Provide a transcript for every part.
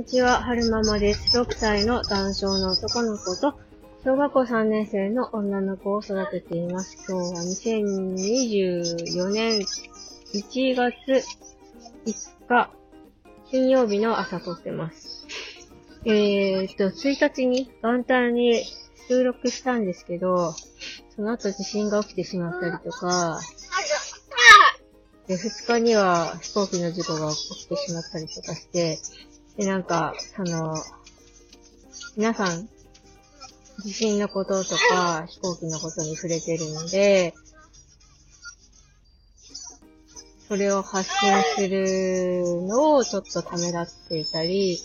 にちは、はるままです。6歳の男性の男の子と、小学校3年生の女の子を育てています。今日は2024年1月5日、金曜日の朝撮ってます。1日に元旦に収録したんですけど、その後地震が起きてしまったりとか、で、2日には飛行機の事故が起きてしまったりとかして、で、皆さん、地震のこととか飛行機のことに触れてるので、それを発信するのをちょっとためらっていたり、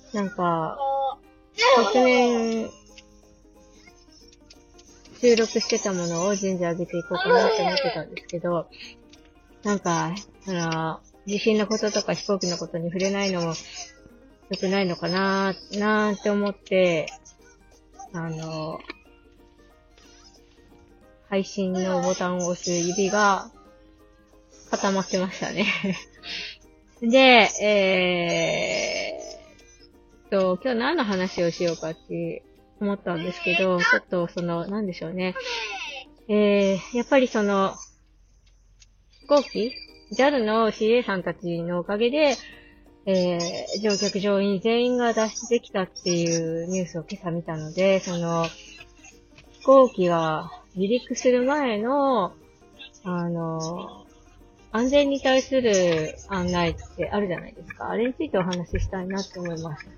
突然、収録してたものを順次上げていこうかなって思ってたんですけど、地震のこととか飛行機のことに触れないのも良くないのかなーって思って、配信のボタンを押す指が固まってましたね。で、今日何の話をしようかって思ったんですけど、ちょっとなんでしょうね。やっぱり飛行機 JAL の CA さんたちのおかげで、乗客乗員全員が脱出できたっていうニュースを今朝見たので、飛行機が離陸する前の、安全に対する案内ってあるじゃないですか。あれについてお話ししたいなって思います。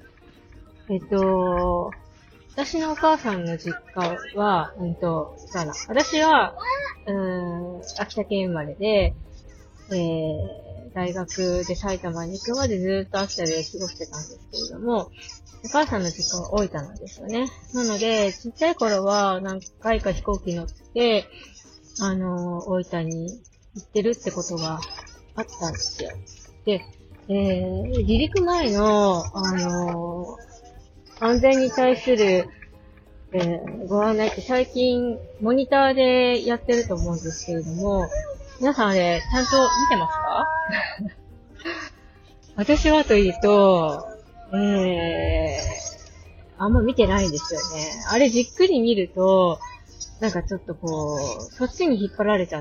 私のお母さんの実家は、私は、秋田県生まれで、大学で埼玉に行くまでずっと秋田で過ごしてたんですけれども、お母さんの実家は大分なんですよね。なので、ちっちゃい頃は何回か飛行機乗って、大分に行ってるってことがあったんですよ。で、離陸前の、安全に対する、ご案内って最近モニターでやってると思うんですけれども、皆さんあれ、ちゃんと見てますか？私はというと、あんま見てないんですよね。あれじっくり見ると、ちょっとそっちに引っ張られちゃって、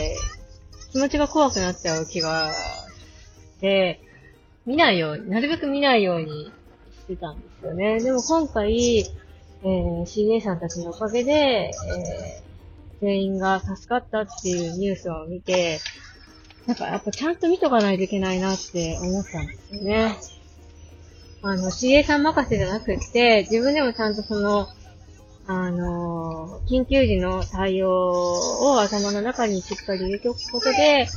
気持ちが怖くなっちゃう気がして、なるべく見ないようにしてたんですよね。でも今回、CA さんたちのおかげで、全員が助かったっていうニュースを見て、やっぱちゃんと見とかないといけないなって思ったんですよね。CA さん任せじゃなくって、自分でもちゃんと緊急時の対応を頭の中にしっかり入れておくことで、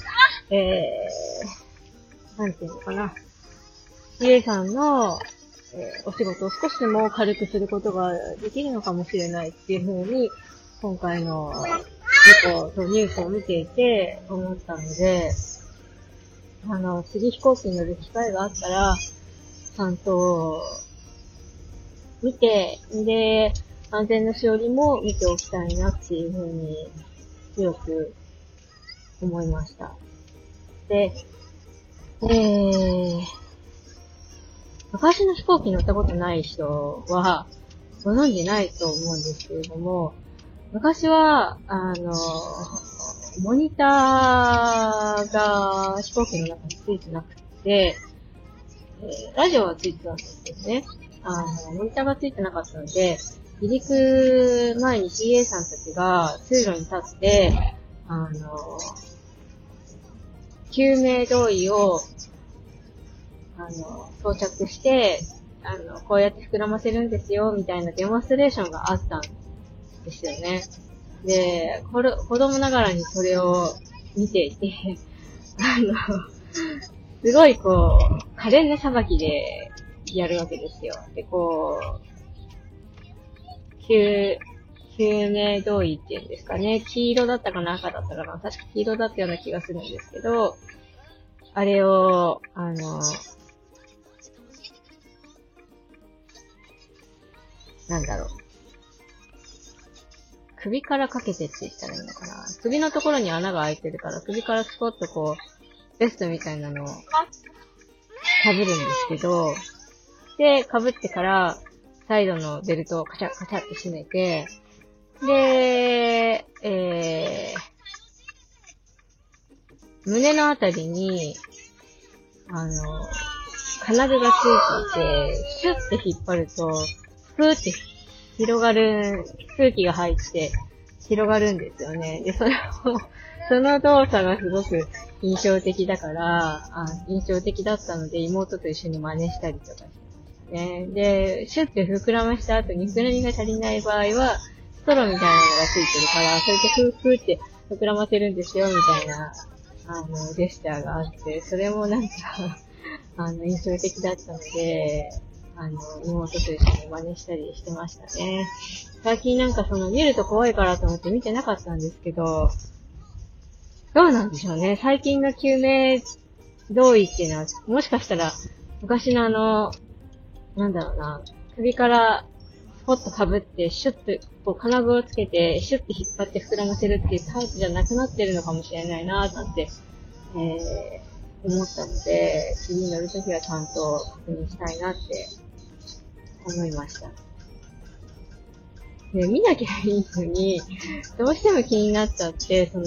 なんていうのかな。CA さんの、お仕事を少しでも軽くすることができるのかもしれないっていうふうに、今回の事故とニュースを見ていて思ったので、次飛行機に乗る機会があったら、ちゃんと見て、で、安全のしおりも見ておきたいなっていうふうに強く思いました。で、昔の飛行機乗ったことない人はご存じないと思うんですけれども、昔は、モニターが飛行機の中についてなくて、ラジオはついてたんですけどね。モニターがついてなかったので、離陸前に CA さんたちが通路に立って、救命胴衣を、装着して、こうやって膨らませるんですよ、みたいなデモンストレーションがあったんですよね。で、子供ながらにそれを見ていて、すごい可憐なさばきでやるわけですよ。で、救命胴衣っていうんですかね。黄色だったかな赤だったかな。確か黄色だったような気がするんですけど、あれを、首からかけてって言ったらいいのかな。首のところに穴が開いてるから、首からスポッとベストみたいなのを被るんですけど、 で、被ってから、サイドのベルトをカチャカチャって締めて、で、胸のあたりに、金具がついていて、シュッて引っ張ると、ふーって広がる、空気が入って広がるんですよね。で、その動作がすごく印象的だから、印象的だったので妹と一緒に真似したりとかしましたね。で、シュッて膨らました後に膨らみが足りない場合は、ストローみたいなのがついてるから、それでふーって膨らませるんですよ、みたいな、ジェスチャーがあって、それもなんか、印象的だったので、妹と一緒に真似したりしてましたね。最近なんか見ると怖いからと思って見てなかったんですけど、どうなんでしょうね。最近の救命胴衣っていうのは、もしかしたら、昔のなんだろうな、首からスポッと被って、シュッと、こう、金具をつけて、シュッて引っ張って膨らませるっていうタイプじゃなくなってるのかもしれないなぁ、なんて、思ったので、次に乗るときはちゃんと確認したいなって思いました。で、見なきゃいいのに、どうしても気になっちゃって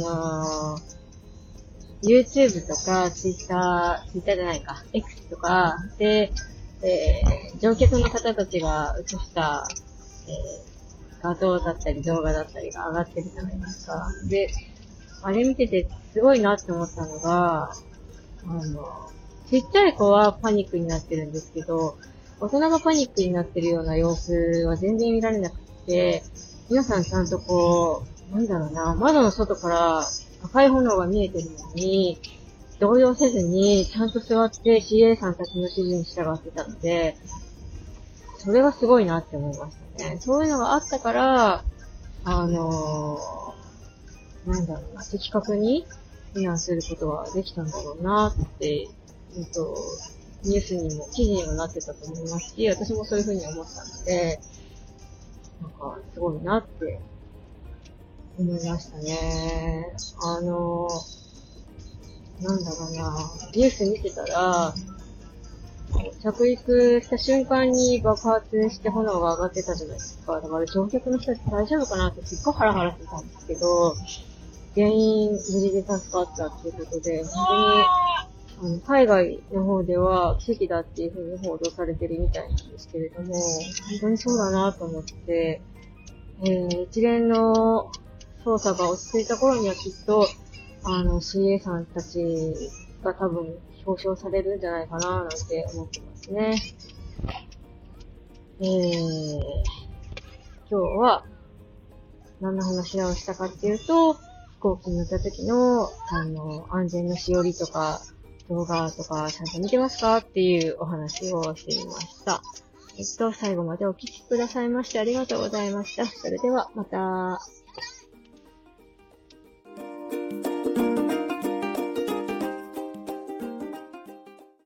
、YouTube とか、Twitter じゃないか、X とかで、乗客の方たちが映した、画像だったり動画だったりが上がってるじゃないですか。で、あれ見ててすごいなって思ったのが、ちっちゃい子はパニックになってるんですけど、大人がパニックになってるような様子は全然見られなくて、皆さんちゃんとこう、なんだろうな、窓の外から赤い炎が見えてるのに、動揺せずにちゃんと座って CA さんたちの指示に従ってたので、それがすごいなって思いましたね。そういうのがあったから、なんだろうな、的確に避難することができたんだろうなって、ニュースにも、記事にもなってたと思いますし、私もそういうふうに思ったので、なんか、すごいなって思いましたね。なんだろうな、ニュース見てたら、着陸した瞬間に爆発して炎が上がってたじゃないですか。だから乗客の人たち大丈夫かなってすっごいハラハラしてたんですけど、全員無事で助かったっていうことで、本当に、海外の方では奇跡だっていう風に報道されてるみたいなんですけれども、本当にそうだなと思って、一連の捜査が落ち着いた頃にはきっと、CA さんたちが多分表彰されるんじゃないかななんて思ってますね。今日は何の話をしたかっていうと、飛行機に乗った時の、安全のしおりとか、動画とかちゃんと見てますかっていうお話をしてみました。最後までお聞きくださいましてありがとうございました。それではまた。